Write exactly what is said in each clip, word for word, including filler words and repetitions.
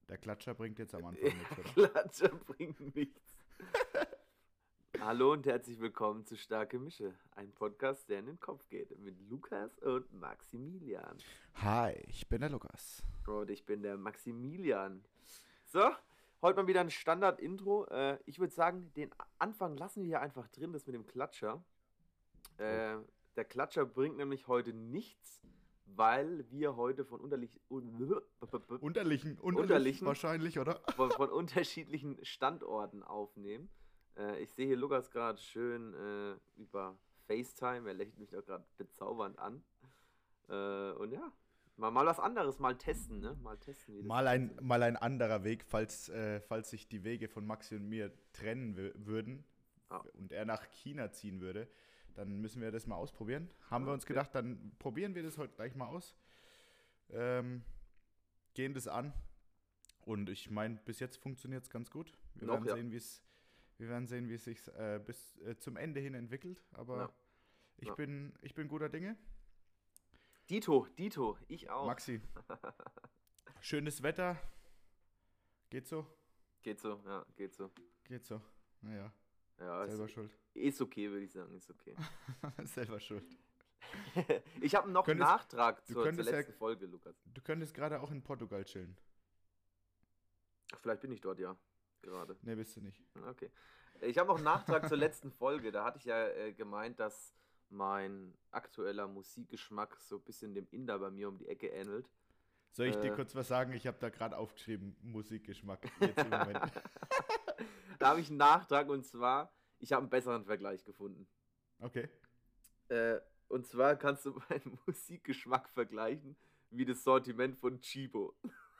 Der Klatscher bringt jetzt am Anfang nichts, oder? Klatscher bringt nichts. Hallo und herzlich willkommen zu Starke Mische, ein Podcast, der in den Kopf geht, mit Lukas und Maximilian. Hi, ich bin der Lukas. Und ich bin der Maximilian. So, heute mal wieder ein Standard-Intro. Äh, ich würde sagen, den Anfang lassen wir hier einfach drin, das mit dem Klatscher. Äh, Oh. Der Klatscher bringt nämlich heute nichts, weil wir heute von unterlich, un, Unterlichen, unterlich Unterlichen. wahrscheinlich, oder? von, von unterschiedlichen Standorten aufnehmen. Äh, ich sehe hier Lukas gerade schön äh, über FaceTime. Er lächelt mich doch gerade bezaubernd an. Äh, und ja, mal, mal was anderes, mal testen, ne? Mal testen, wie das Mal ein, funktioniert. mal ein anderer Weg, falls, äh, falls sich die Wege von Maxi und mir trennen w- würden Ah. und er nach China ziehen würde, dann müssen wir das mal ausprobieren. Haben wir uns Okay. gedacht, dann probieren wir das heute gleich mal aus. Ähm, gehen das an. Und ich meine, bis jetzt funktioniert es ganz gut. Wir Noch, werden ja. sehen, wie es wir werden sehen, wie es sich äh, bis äh, zum Ende hin entwickelt. Aber Ja. ich, Ja. bin, ich bin guter Dinge. Dito, Dito, ich auch. Maxi, schönes Wetter. Geht so? Geht so, ja, geht so. Geht so. Naja, Ja, selber ist, schuld. ist okay, würde ich sagen, ist okay. Selber schuld. Ich habe noch einen Könntest- Nachtrag du zur, zur könntest ja- letzten Folge, Lukas. Du könntest gerade auch in Portugal chillen. Vielleicht bin ich dort, ja, gerade. Ne, bist du nicht. Okay. Ich habe noch einen Nachtrag zur letzten Folge. Da hatte ich ja äh, gemeint, dass mein aktueller Musikgeschmack so ein bisschen dem Inder bei mir um die Ecke ähnelt. Soll ich dir Äh. kurz was sagen? Ich habe da gerade aufgeschrieben, Musikgeschmack. Jetzt im Moment. Da habe ich einen Nachtrag und zwar, ich habe einen besseren Vergleich gefunden. Okay. Äh, und zwar kannst du meinen Musikgeschmack vergleichen wie das Sortiment von Chibo.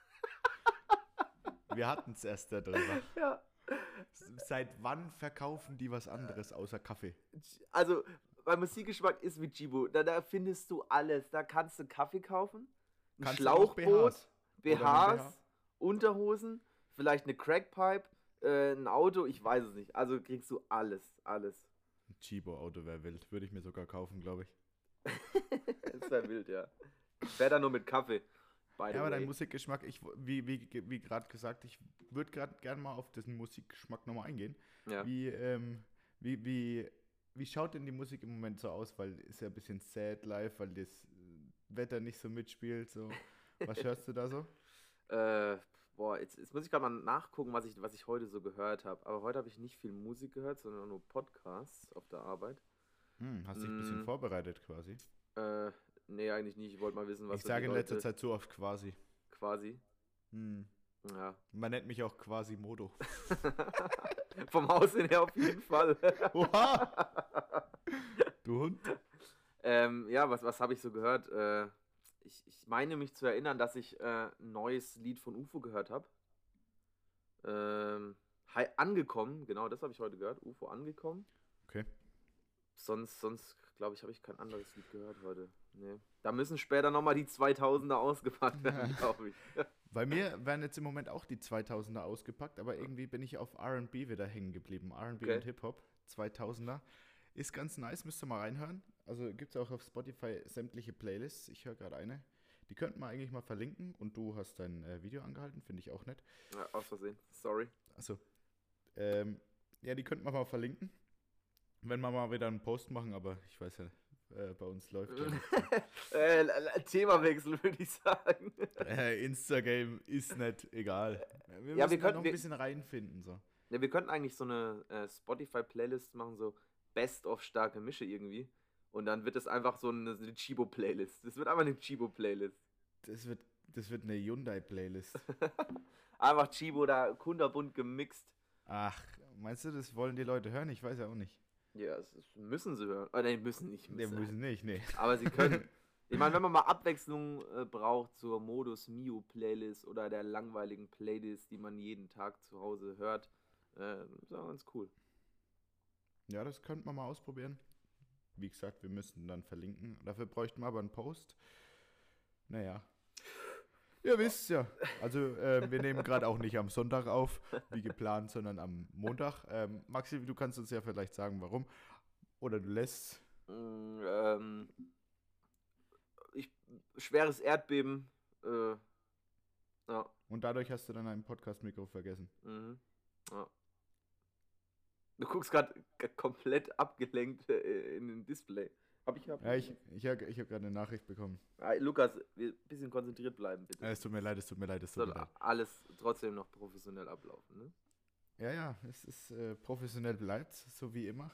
Wir hatten es erst darüber. Ja. Seit wann verkaufen die was anderes außer Kaffee? Also, mein Musikgeschmack ist wie Chibo. Da, da findest du alles. Da kannst du Kaffee kaufen, ein Kannst du auch Schlauchboot, B Hs? B Oder ein B H? Hs, Unterhosen, vielleicht eine Crackpipe, äh, ein Auto, ich weiß es nicht. Also kriegst du alles, alles. Ein Chibo-Auto wäre wild. Würde ich mir sogar kaufen, glaube ich. Das wäre wild, ja. Wäre dann nur mit Kaffee. By the Ja, aber dein way. Musikgeschmack, ich, wie, wie, wie gerade gesagt, ich würde gerade gerne mal auf diesen Musikgeschmack nochmal eingehen. Ja. Wie, ähm, wie, wie, wie schaut denn die Musik im Moment so aus? Weil ist ja ein bisschen sad live, weil das äh, Wetter nicht so mitspielt. So. Was hörst du da so? Äh, boah, jetzt, jetzt muss ich gerade mal nachgucken, was ich, was ich heute so gehört habe. Aber heute habe ich nicht viel Musik gehört, sondern nur Podcasts auf der Arbeit. Hm, hast dich ein bisschen Mm. vorbereitet quasi. Äh, nee, eigentlich nicht. Ich wollte mal wissen, was Ich so sage die in letzter Leute Zeit so oft quasi. quasi. Hm. Ja. Man nennt mich auch quasi Modo. Vom Aussehen her auf jeden Fall. Oha! Du Hund. ähm, ja, was, was habe ich so gehört? Äh, ich, ich meine mich zu erinnern, dass ich äh, ein neues Lied von U F O gehört habe. Ähm, Hi- angekommen, genau, das habe ich heute gehört. U F O angekommen. Okay. Sonst, sonst glaube ich, habe ich kein anderes Lied gehört heute. Nee. Da müssen später nochmal die zweitausender ausgepackt werden, glaube ich. Bei mir werden jetzt im Moment auch die zweitausender ausgepackt, aber irgendwie bin ich auf R und B wieder hängen geblieben. R und B Okay. und Hip-Hop, zweitausender. Ist ganz nice, müsst ihr mal reinhören. Also gibt es auch auf Spotify sämtliche Playlists. Ich höre gerade eine. Die könnten wir eigentlich mal verlinken. Und du hast dein äh, Video angehalten, finde ich auch nett. Ja, aus Versehen, sorry. Also, ähm, ja, die könnten wir mal verlinken. Wenn wir mal wieder einen Post machen, aber ich weiß ja, äh, bei uns läuft ja nicht. Äh, l- l- Themawechsel, würde ich sagen. äh, Instagram ist nicht egal. Wir Ja, müssen wir da könnten- noch ein wir- bisschen reinfinden. So. Ja, wir könnten eigentlich so eine äh, Spotify-Playlist machen, so Best of starke Mische irgendwie. Und dann wird es einfach so eine, eine Chibo-Playlist. Das wird einfach eine Chibo-Playlist. Das wird, das wird eine Hyundai-Playlist. Einfach Chibo da kunterbunt gemixt. Ach, meinst du, das wollen die Leute hören? Ich weiß ja auch nicht. Ja, das das müssen sie hören. Oh, nein, müssen nicht. Ne, Müssen. müssen nicht, nee. Aber sie können. Ich meine, wenn man mal Abwechslung äh, braucht zur Modus Mio Playlist oder der langweiligen Playlist, die man jeden Tag zu Hause hört, äh, ist auch ganz cool. Ja, das könnten wir mal ausprobieren. Wie gesagt, wir müssten dann verlinken. Dafür bräuchten wir aber einen Post. Naja. Ihr wisst ja. Also, äh, wir nehmen gerade auch nicht am Sonntag auf, wie geplant, sondern am Montag. Ähm, Maxi, du kannst uns ja vielleicht sagen, warum. Oder du lässt. Mm, ähm, ich, schweres Erdbeben äh, Ja. Und dadurch hast du dann ein Podcast-Mikro vergessen. Mhm. Ja. Du guckst gerade komplett abgelenkt äh, in den Display. Hab ich gehabt? Ja, ich, ich, hab- ich habe gerade eine Nachricht bekommen. Ah, Lukas, ein bisschen konzentriert bleiben, bitte. Äh, Es tut mir leid, es tut mir leid, es tut Soll mir leid. alles trotzdem noch professionell ablaufen, ne? Ja, ja, es ist äh, professionell bleibt, so wie immer.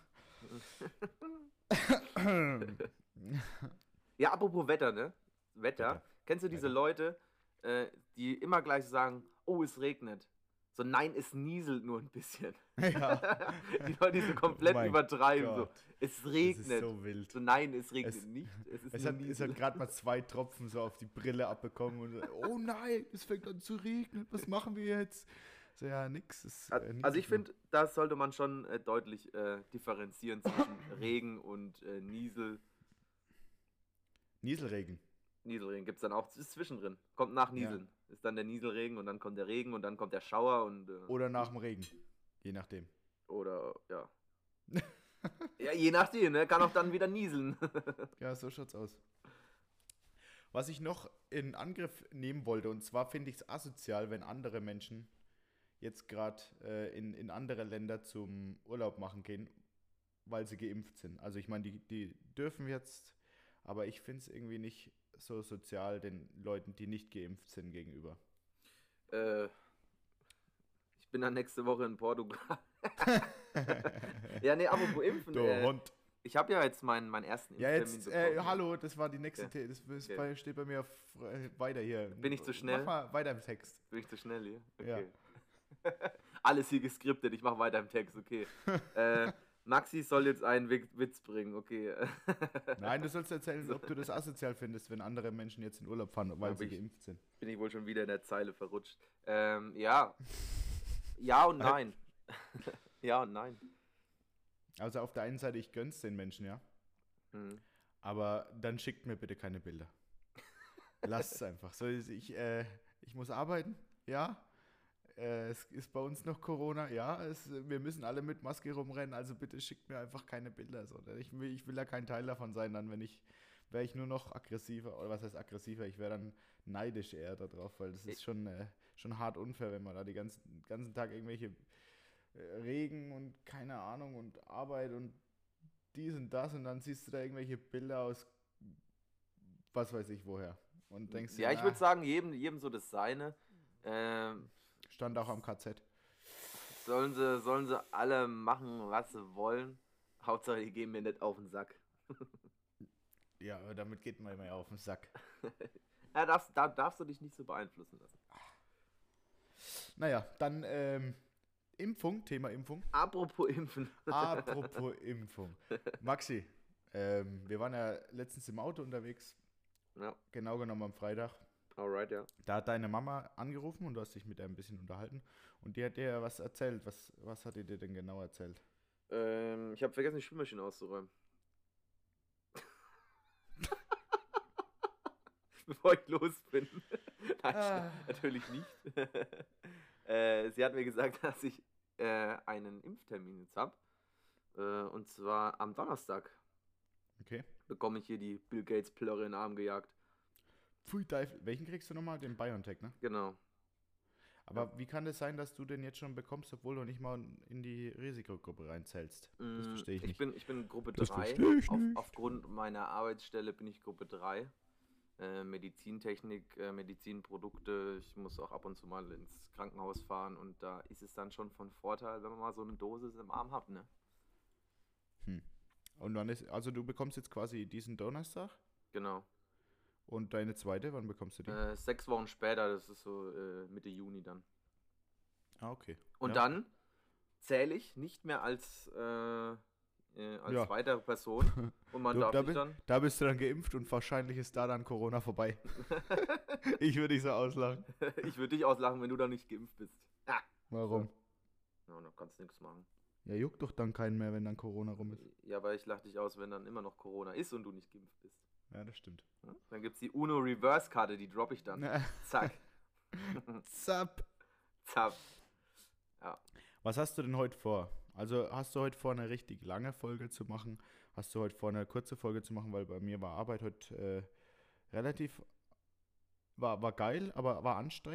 Ja, apropos Wetter, ne? Wetter. Wetter. Kennst du diese Wetter. Leute, äh, die immer gleich sagen, oh, es regnet? So, nein, es nieselt nur ein bisschen. Ja. Die Leute, die so komplett Mein übertreiben. So, Gott. es Das regnet. ist so wild. So, nein, es regnet Es- nicht. Es ist Es nur hat, es Niesel. hat gerade mal zwei Tropfen so auf die Brille abbekommen und so, oh nein, es fängt an zu regnen, was machen wir jetzt? So, ja, nix. Es, Al- äh, Also ich nieselt nur. finde, da sollte man schon äh, deutlich äh, differenzieren zwischen Regen und äh, Niesel. Nieselregen. Nieselregen gibt es dann auch z- zwischendrin. Kommt nach Nieseln. Ist dann der Nieselregen und dann kommt der Regen und dann kommt der Schauer und äh, Oder nach dem Regen. Je nachdem. oder ja. Ja, je nachdem, ne? Kann auch dann wieder nieseln. Ja, so schaut's aus. Was ich noch in Angriff nehmen wollte, und zwar finde ich es asozial, wenn andere Menschen jetzt gerade äh, in, in andere Länder zum Urlaub machen gehen, weil sie geimpft sind. Also ich meine, die, die dürfen jetzt, aber ich finde es irgendwie nicht so sozial den Leuten, die nicht geimpft sind, gegenüber. äh, ich bin dann nächste Woche in Portugal. Ja, nee, apropos Impfen. Du Äh, Hund. ich habe ja jetzt meinen, meinen ersten Ja, Impftermin jetzt, äh, bekommen. hallo, das war die nächste, Okay. The das ist Okay. bei, steht bei mir auf, äh, weiter hier. Bin ich zu schnell? Mach mal weiter im Text. Bin ich zu schnell hier? Ja. Okay. Alles hier geskriptet, ich mache weiter im Text, okay. äh, Maxi soll jetzt einen Wi- Witz bringen, okay. Nein, du sollst erzählen, ob du das asozial findest, wenn andere Menschen jetzt in Urlaub fahren, weil Aber sie ich- geimpft sind. Bin ich wohl schon wieder in der Zeile verrutscht. Ähm, ja. Ja und nein. Ja und nein. Also auf der einen Seite, ich gönn's den Menschen, ja. Hm. Aber dann schickt mir bitte keine Bilder. Lasst es einfach. So, ich, äh, ich muss arbeiten, ja. Äh, es ist bei uns noch Corona, ja. Es, wir müssen alle mit Maske rumrennen, also bitte schickt mir einfach keine Bilder. So. Ich, will, ich will ja kein Teil davon sein, dann wenn ich, wäre ich nur noch aggressiver, oder was heißt aggressiver, ich wäre dann neidisch eher darauf, weil das ist schon, äh, schon hart unfair, wenn man da den ganzen, ganzen Tag irgendwelche äh, Regen und keine Ahnung und Arbeit und dies und das und dann siehst du da irgendwelche Bilder aus was weiß ich woher und denkst dir, Ja, ich na, würde sagen, jedem, jedem so das Seine. Ähm, stand auch am K Z. sollen, sie, sollen sie alle machen, was sie wollen. Hauptsache, die gehen mir nicht auf den Sack. Ja, aber damit geht man immer auf den Sack. Ja, darfst, da darfst du dich nicht so beeinflussen lassen. Naja, dann ähm, Impfung, Thema Impfung. Apropos Impfen. Apropos Impfung. Maxi, ähm, wir waren ja letztens im Auto unterwegs, Ja, genau genommen am Freitag. alright, ja. Da hat deine Mama angerufen und du hast dich mit ihr ein bisschen unterhalten. Und die hat dir was erzählt. Was, was hat die dir denn genau erzählt? Ähm, ich habe vergessen, die Spülmaschine auszuräumen. Bevor ich los bin. Nein, Ah. natürlich nicht. äh, sie hat mir gesagt, dass ich äh, einen Impftermin jetzt habe. Äh, und zwar am Donnerstag Okay. bekomme ich hier die Bill Gates Plörre in den Arm gejagt. Pfui, Teufel. Welchen kriegst du nochmal? Den BioNTech, ne? Genau. Aber wie kann es sein, dass du den jetzt schon bekommst, obwohl du nicht mal in die Risikogruppe reinzählst? Das Mm, verstehe ich ich nicht. bin, ich bin Gruppe Das drei. verstehe ich Auf, nicht. aufgrund meiner Arbeitsstelle bin ich Gruppe drei. Äh, Medizintechnik, äh, Medizinprodukte. Ich muss auch ab und zu mal ins Krankenhaus fahren und da ist es dann schon von Vorteil, wenn man mal so eine Dosis im Arm hat, ne? Hm. Und dann ist, also du bekommst jetzt quasi diesen Donnerstag Genau. und deine zweite, wann bekommst du die? Äh, sechs Wochen später, das ist so äh, Mitte Juni dann. Ah, okay. Und Ja. dann zähle ich nicht mehr als, äh, äh, als Ja. weitere Person und man Du, darf da, sich bi- dann. da bist du dann geimpft und wahrscheinlich ist da dann Corona vorbei. Ich würde dich so auslachen. Ich würde dich auslachen, wenn du da nicht geimpft bist. Ah. Warum? Ja, da kannst du nichts machen. Ja, juckt doch dann keinen mehr, wenn dann Corona rum ist. Ja, aber ich lach dich aus, wenn dann immer noch Corona ist und du nicht geimpft bist. Ja, das stimmt. Ja? Dann gibt es die Uno Reverse Karte, die droppe ich dann. Zack. Zap. Zapp. Was hast du denn heute vor? Also hast du heute vor, eine richtig lange Folge zu machen? Hast du heute vor, eine kurze Folge zu machen? Weil bei mir war Arbeit heute äh, relativ, war, war geil, aber war anstrengend.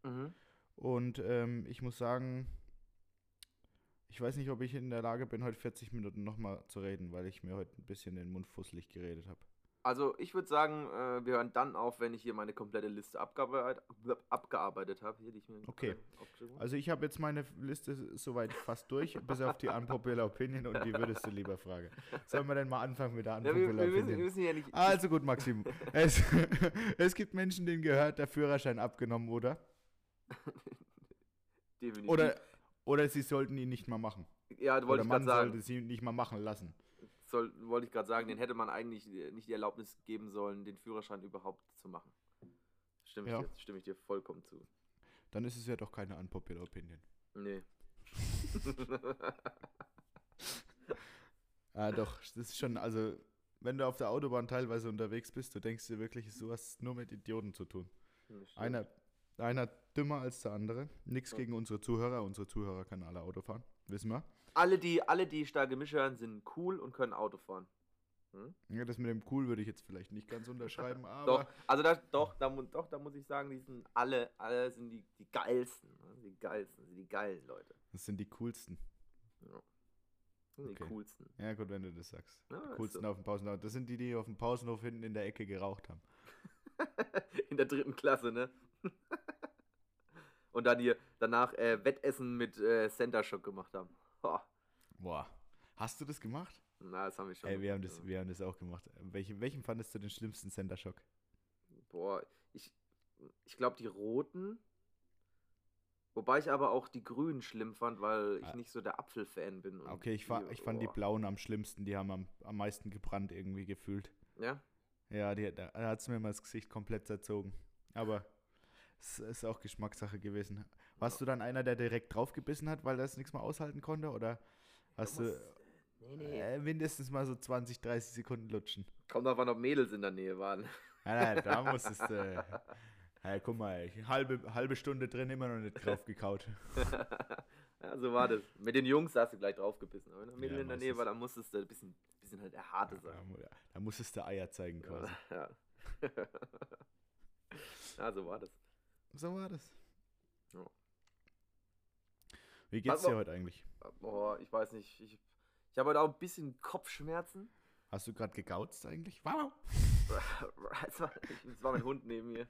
Mhm. Und ähm, ich muss sagen, ich weiß nicht, ob ich in der Lage bin, heute vierzig Minuten nochmal zu reden, weil ich mir heute ein bisschen den Mund fusselig geredet habe. Also ich würde sagen, äh, wir hören dann auf, wenn ich hier meine komplette Liste abgearbeitet, abgearbeitet habe. Hier, die ich mir Okay. aufgeschrieben habe. Also ich habe jetzt meine Liste soweit fast durch, bis auf die Unpopular Opinion und die würdest du lieber fragen. Sollen wir denn mal anfangen mit der Ja, wir, Unpopular wir, müssen, wir Opinion? müssen ja nicht. Also gut, Maxim. Es, es gibt Menschen, denen gehört der Führerschein abgenommen, oder? Definitiv. Oder, oder sie sollten ihn nicht mal machen. Ja, wollte Oder ich man gerade sagen. sollte sie nicht mal machen lassen. Soll, wollte ich gerade sagen, den hätte man eigentlich nicht die Erlaubnis geben sollen, den Führerschein überhaupt zu machen. Stimme ich, Ja. dir, stimme ich dir vollkommen zu. Dann ist es ja doch keine Unpopular Opinion. Nee. Ah, doch, das ist schon, also, wenn du auf der Autobahn teilweise unterwegs bist, du denkst dir wirklich, du hast nur mit Idioten zu tun. Das stimmt. Einer, einer dümmer als der andere. Nichts Ja. gegen unsere Zuhörer. Unsere Zuhörer können alle Auto fahren, wissen wir. Alle, die, alle, die starke Mische hören, sind cool und können Auto fahren. Hm? Ja, das mit dem cool würde ich jetzt vielleicht nicht ganz unterschreiben, aber Doch, also da, doch, da, mu- doch, da muss ich sagen, die sind alle, alle sind die, die geilsten. ne? Die geilsten, sind die geilen Leute. das sind die coolsten. Ja. Sind die Okay. coolsten. Ja, gut, wenn du das sagst. Ja, Die ist coolsten so. auf dem Pausenhof. Das sind die, die auf dem Pausenhof hinten in der Ecke geraucht haben. In der dritten Klasse, ne? Und dann hier danach äh, Wettessen mit äh, Center Shock gemacht haben. Boah. Boah. Hast du das gemacht? Na, das haben wir schon. Ey, wir haben, gemacht, das, wir haben das auch gemacht. Welchen, welchen fandest du den schlimmsten Center Shock? ja. Boah, ich, ich glaube die roten. Wobei ich aber auch die grünen schlimm fand, weil ich Ah. nicht so der Apfel-Fan bin. und Okay, ich, fa ich fand die boah. blauen am schlimmsten. Die haben am, am meisten gebrannt irgendwie gefühlt. Ja? Ja, die, da hat es mir mal das Gesicht komplett zerzogen. Aber es ist auch Geschmackssache gewesen. Warst du dann einer, der direkt draufgebissen hat, weil er es nichts mehr aushalten konnte? Oder hast muss- du Nee, nee. äh, mindestens mal so zwanzig, dreißig Sekunden lutschen? Kommt davon, ob Mädels in der Nähe waren. Nein, nein, da musstest du. Äh, hey, guck mal, ich- halbe, halbe Stunde drin, immer noch nicht drauf gekaut. Ja, so war das. Mit den Jungs hast du gleich draufgebissen. Aber wenn ein Mädel Ja, in der Nähe meistens. war, dann musstest du ein bisschen, bisschen halt der Harte Da, sein. mu- da musstest du Eier zeigen quasi. Ja. Ja, so war das. So war das. Ja. Wie geht's Was- dir heute eigentlich? Boah, ich weiß nicht. Ich, ich habe heute auch ein bisschen Kopfschmerzen. Hast du gerade gegauzt eigentlich? Wow. Das war, das war mein Hund neben mir.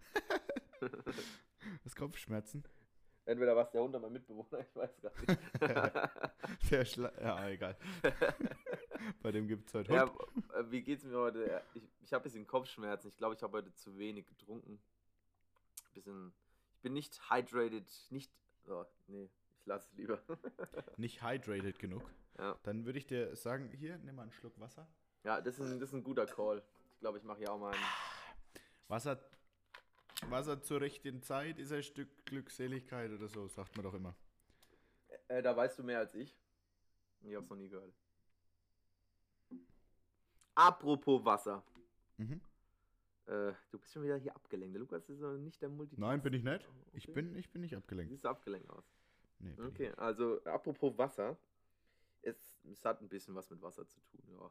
Was Kopfschmerzen? Entweder war es der Hund oder mein Mitbewohner, ich weiß gar nicht. Der Schla ja, egal. Bei dem gibt's heute Ja, Hund. äh, wie geht's mir heute? Ich, ich habe ein bisschen Kopfschmerzen. Ich glaube, ich habe heute zu wenig getrunken. Bisschen, ich bin nicht hydrated, nicht. Oh, nee, ich lasse es lieber. Nicht hydrated genug. Ja. Dann würde ich dir sagen, hier, nimm mal einen Schluck Wasser. Ja, das ist ein, das ist ein guter Call. Ich glaube, ich mache hier auch mal einen. Wasser, Wasser zur rechten Zeit ist ein Stück Glückseligkeit oder so, sagt man doch immer. Äh, da weißt du mehr als ich. Ich hab's noch nie gehört. Apropos Wasser. Mhm. Äh, du bist schon wieder hier abgelenkt. Der Lukas ist doch nicht der Multitask. Nein, bin ich nicht. Ich Okay. bin, ich bin nicht Du abgelenkt. siehst abgelenkt aus. Nee, bin ich Okay, nicht. also apropos Wasser. Es, es hat ein bisschen was mit Wasser zu tun, ja.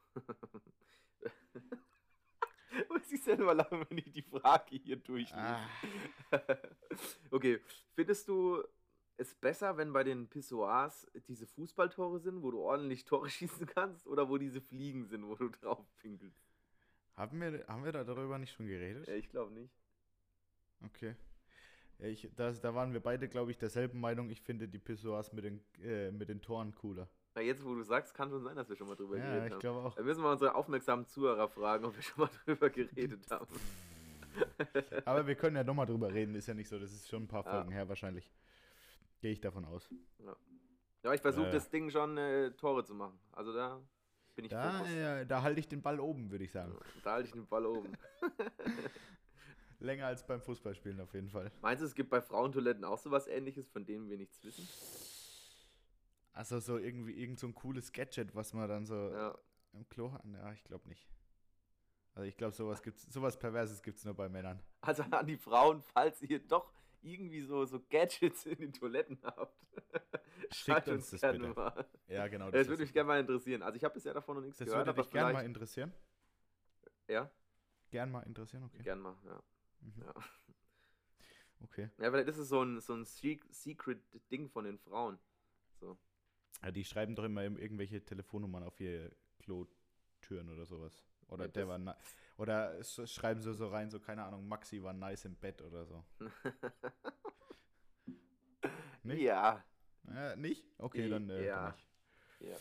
Muss ich selber lachen, wenn ich die Frage hier durchlese. Ah, Okay, findest du es besser, wenn bei den Pissoirs diese Fußballtore sind, wo du ordentlich Tore schießen kannst, oder wo diese Fliegen sind, wo du drauf pinkelst? haben, wir, haben wir da darüber nicht schon geredet? Ja, ich glaube nicht. Okay. Ja, ich, das, da waren wir beide, glaube ich, derselben Meinung. Ich finde die Pissoirs mit den, äh, mit den Toren cooler. Na, jetzt, wo du sagst, kann schon sein, dass wir schon mal drüber Ja, geredet ich haben. glaube auch. Da müssen wir unsere aufmerksamen Zuhörer fragen, ob wir schon mal drüber geredet haben. Aber wir können ja nochmal drüber reden, ist ja nicht so. Das ist schon ein paar Ja. Folgen her wahrscheinlich. Gehe ich davon aus. Ja, ich versuche Äh. das Ding schon äh, Tore zu machen. Also da bin ich Da, Fokus. ja, da halte ich den Ball oben, würde ich sagen. Da halte ich den Ball oben. Länger als beim Fußballspielen auf jeden Fall. Meinst du, es gibt bei Frauentoiletten auch sowas ähnliches, von denen wir nichts wissen? Also so irgendwie irgend so ein cooles Gadget, was man dann so Ja. im Klo hat. Ja, ich glaube nicht. Also ich glaube, sowas gibt's, sowas Perverses gibt es nur bei Männern. Also an die Frauen, falls ihr doch irgendwie so, so Gadgets in den Toiletten habt. Schickt uns das gerne bitte. mal. Ja, genau. Das ist würde mich super. gerne mal interessieren. Also ich habe bisher davon noch nichts Das gehört, würde aber dich gern mal vielleicht... interessieren. Ja, Gern mal interessieren, okay. gern mal, ja. Mhm. ja. Okay. Ja, vielleicht ist es so ein, so ein Sec- Secret-Ding von den Frauen. So. Ja, die schreiben doch immer irgendwelche Telefonnummern auf ihre Klotüren oder sowas. Oder Ja, der das- war ni- oder s- schreiben sie so rein, so keine Ahnung, Maxi war nice im Bett oder so. Nicht? Ja. Äh, nicht? Okay, dann, äh, Ja. dann nicht. Ja.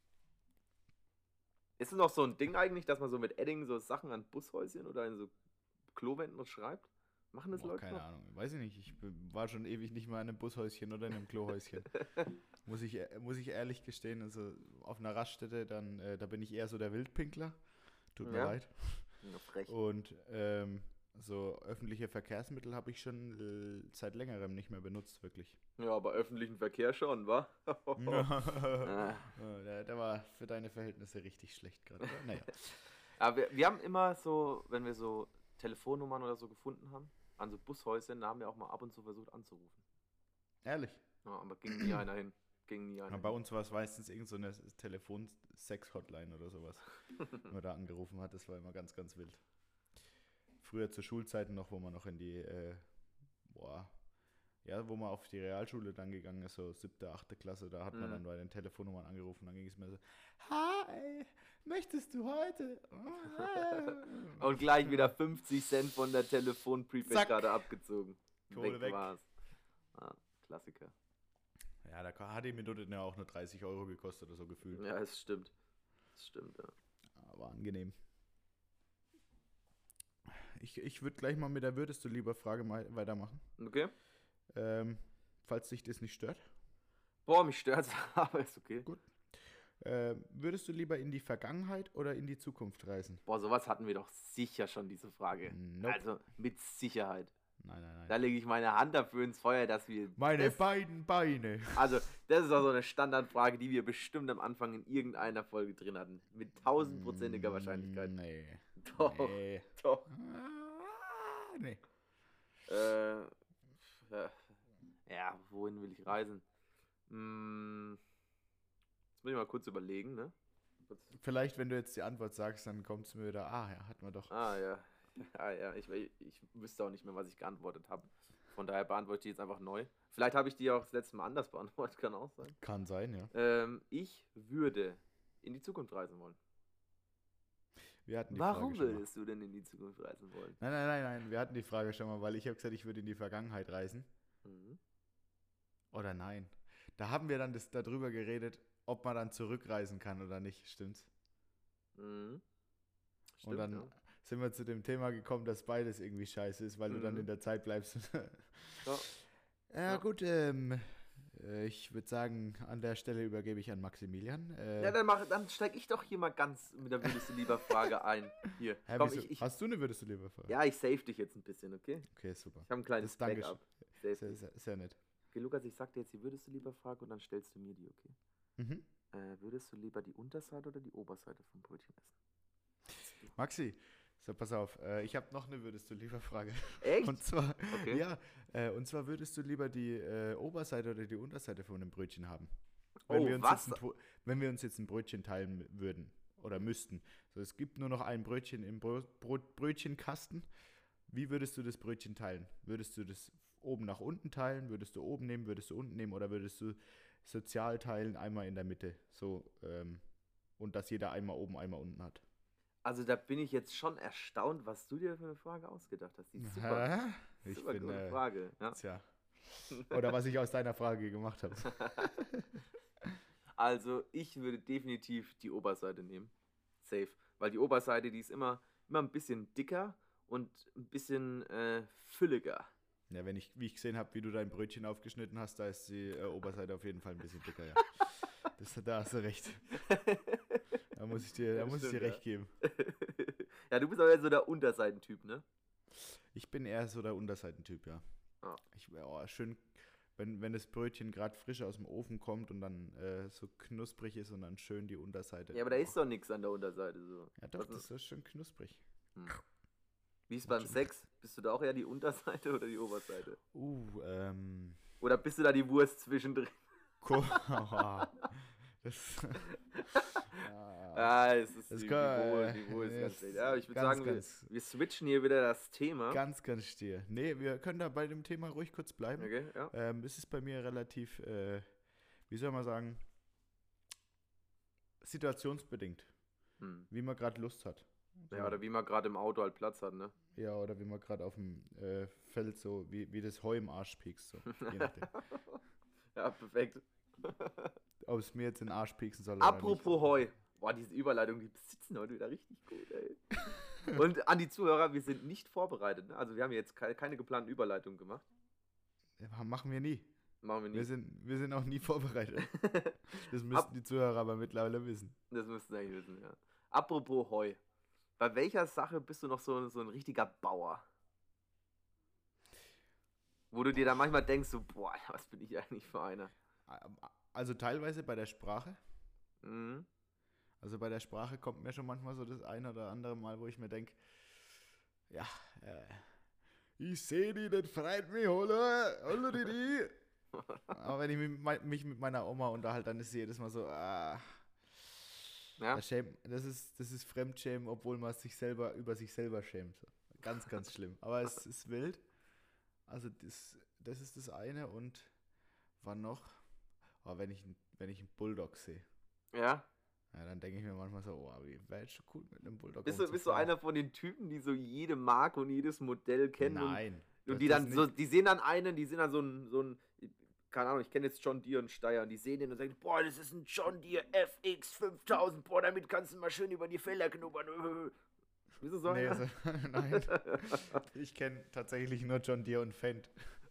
Ist es noch so ein Ding eigentlich, dass man so mit Edding so Sachen an Bushäuschen oder in so Klowänden schreibt? Machen das Boah, Leute keine noch? Ahnung. Weiß ich nicht. Ich bin- war schon ewig nicht mal in einem Bushäuschen oder in einem Klohäuschen. muss, ich, e- muss ich ehrlich gestehen. Also auf einer Raststätte, dann, äh, da bin ich eher so der Wildpinkler. Tut mir Ja. leid. Ja, frech. Und ähm, so öffentliche Verkehrsmittel habe ich schon äh, seit längerem nicht mehr benutzt, wirklich. Ja, aber öffentlichen Verkehr schon, wa? Ah. Äh, der, der war für deine Verhältnisse richtig schlecht gerade. aber Naja. Aber wir, wir haben immer so, wenn wir so Telefonnummern oder so gefunden haben, an so Bushäuschen, da haben wir auch mal ab und zu versucht anzurufen. Ehrlich. Ja, aber ging nie einer hin. Ging nie einer Ja, hin. bei uns war es meistens irgend so eine Telefon-Sex-Hotline oder sowas, wenn man da angerufen hat. Das war immer ganz, ganz wild. Früher zu Schulzeiten noch, wo man noch in die, äh, boah, ja, wo man auf die Realschule dann gegangen ist, so siebte, achte Klasse, da hat man Mhm. dann bei den Telefonnummern angerufen, dann ging es mir so, hi, möchtest du heute? Und gleich wieder fünfzig Cent von der Zack. Telefon-Prepaid-Karte abgezogen. Kohle weg. war's. Ah, Klassiker. Ja, da hat die Minute ja auch nur dreißig Euro gekostet oder so gefühlt. Ja, es stimmt. Es stimmt, ja. Aber angenehm. Ich, ich würde gleich mal mit der Würdest du lieber Frage mal weitermachen. Okay. Ähm, falls dich das nicht stört. Boah, mich stört's, aber ist okay. Gut. Ähm, würdest du lieber in die Vergangenheit oder in die Zukunft reisen? Boah, sowas hatten wir doch sicher schon, diese Frage. Nope. Also, mit Sicherheit. Nein, nein, nein. Da lege ich meine Hand dafür ins Feuer, dass wir. Meine das, beiden Beine. also, das ist auch so eine Standardfrage, die wir bestimmt am Anfang in irgendeiner Folge drin hatten. Mit tausendprozentiger Wahrscheinlichkeit. Mm, Nee. Doch, Nee. doch. Ah, nee. Äh, äh, ja, wohin will ich reisen? Hm, jetzt muss ich mal kurz überlegen, ne? Kurz- Vielleicht, wenn du jetzt die Antwort sagst, dann kommt es mir wieder, ah, ja, hat man doch. Ah, ja. Ah, ja, ich, ich wüsste auch nicht mehr, was ich geantwortet habe. Von daher beantworte ich die jetzt einfach neu. Vielleicht habe ich die auch das letzte Mal anders beantwortet, kann auch sein. Kann sein, ja. Ähm, ich würde in die Zukunft reisen wollen. Wir hatten die Warum Frage schon mal. würdest du denn in die Zukunft reisen wollen? Nein, nein, nein, nein, wir hatten die Frage schon mal, weil ich habe gesagt, ich würde in die Vergangenheit reisen. Mhm. Oder nein. Da haben wir dann das, darüber geredet, ob man dann zurückreisen kann oder nicht, stimmt's? Mhm. Stimmt, Und dann ja. sind wir zu dem Thema gekommen, dass beides irgendwie scheiße ist, weil du dann Mhm. in der Zeit bleibst. Ja. Ja, Ja. gut, ähm, äh, ich würde sagen, an der Stelle übergebe ich an Maximilian. Äh, Ja, dann, mach, dann steige ich doch hier mal ganz mit der würdest du lieber Frage ein. Hier, hä, komm, wieso- ich, ich, hast du eine würdest du lieber fragen? ja, ich save dich jetzt ein bisschen, okay? Okay, super. Ich habe ein kleines Das danke Backup. Ist Save ja, dich. ist ja, ist ja nett. Okay, Lukas, ich sag dir jetzt die würdest du lieber Frage und dann stellst du mir die, okay? Mhm. Äh, würdest du lieber die Unterseite oder die Oberseite vom Brötchen essen? Maxi, so pass auf, äh, ich habe noch eine würdest du lieber Frage. Echt? Und zwar, Okay. ja, äh, und zwar würdest du lieber die äh, Oberseite oder die Unterseite von einem Brötchen haben? Oh, wir uns was? Jetzt ein, Tro- wenn wir uns jetzt ein Brötchen teilen m- würden oder müssten. So, es gibt nur noch ein Brötchen im Brö Brot Brötchenkasten. Wie würdest du das Brötchen teilen? Würdest du das oben nach unten teilen? Würdest du oben nehmen? Würdest du unten nehmen? Oder würdest du sozial teilen, einmal in der Mitte? So, ähm, und dass jeder einmal oben, einmal unten hat. Also da bin ich jetzt schon erstaunt, was du dir für eine Frage ausgedacht hast. Die ist super, Hä? Ich super bin, gute äh, Frage. Ja. tja. Oder was ich aus deiner Frage gemacht habe. Also ich würde definitiv die Oberseite nehmen. Safe. Weil die Oberseite, die ist immer, immer ein bisschen dicker und ein bisschen äh, fülliger. Ja, wenn ich, wie ich gesehen habe, wie du dein Brötchen aufgeschnitten hast, da ist die äh, Oberseite auf jeden Fall ein bisschen dicker, ja. Das, da hast du recht. Da muss ich dir, da Ja, muss ich dir stimmt, recht geben. Ja, du bist aber so der Unterseitentyp, ne? Ich bin eher so der Unterseitentyp, ja. Ah. Ich, oh, schön, wenn, wenn das Brötchen gerade frisch aus dem Ofen kommt und dann äh, so knusprig ist und dann schön die Unterseite. Ja, aber da ist doch nichts an der Unterseite. So. Ja, doch, Was das ist schon knusprig. Hm. Wie ist Macht beim schon Sex? Bist du da auch eher die Unterseite oder die Oberseite? Uh, ähm. Oder bist du da die Wurst zwischendrin? Ko- Das, ja, Ja, es ist das die kann, Niveau, äh, Niveau ist nee, ganz es schlecht. Ja, ich würde ganz, sagen, wir, ganz, wir switchen hier wieder das Thema. ganz, ganz stier. Nee, wir können da bei dem Thema ruhig kurz bleiben. Okay, ja. Ähm, es ist bei mir relativ, äh, wie soll man sagen, situationsbedingt, Hm. wie man gerade Lust hat. So. Ja, oder wie man gerade im Auto halt Platz hat, ne? Ja, oder wie man gerade auf dem äh, Feld so, wie, wie das Heu im Arsch piekst, so. Je nachdem. Ja, perfekt. Ob es mir jetzt in den Arsch pieksen soll oder Apropos Heu. Boah, diese Überleitung, die sitzen heute wieder richtig gut, ey. Und an die Zuhörer, wir sind nicht vorbereitet, ne? Also wir haben jetzt keine, keine geplanten Überleitungen gemacht. nicht. Ja, machen wir nie. Machen wir Wir nicht. sind, wir sind auch nie vorbereitet. Das müssten Ab- die Zuhörer aber mittlerweile wissen. Das müssten Sie eigentlich wissen, ja. Apropos Heu. Bei welcher Sache bist du noch so, so ein richtiger Bauer? Wo du dir dann manchmal denkst, so, boah, was bin ich eigentlich für einer? Also teilweise bei der Sprache. Mhm. Also bei der Sprache kommt mir schon manchmal so das eine oder andere Mal, wo ich mir denke, ja, äh, ich sehe die, das freut mich, holla, holla die, die. Aber wenn ich mich, mei- mich mit meiner Oma unterhalte, dann ist sie jedes Mal so, ah, Ja? das, schämt, das, ist, das ist Fremdschämen, obwohl man sich selber über sich selber schämt. Ganz, ganz schlimm. Aber es ist wild. Also das, das ist das eine und wann noch? Aber wenn ich, n- wenn ich einen Bulldog sehe, Ja? ja, dann denke ich mir manchmal so, oh, wie wäre jetzt schon cool mit einem Bulldog Bist du, bist du rumzufahren. einer von den Typen, die so jede Marke und jedes Modell kennen? Nein. Und, und das- die das dann so, nicht. die sehen dann einen, die sehen dann so ein, so ein, keine Ahnung, ich kenne jetzt John Deere und Steyr und die sehen den und sagen, boah, das ist ein John Deere F X fünftausend, boah, damit kannst du mal schön über die Felder knubbern. Bist du so Nee, einer? so, nein. Ich kenne tatsächlich nur John Deere und Fendt.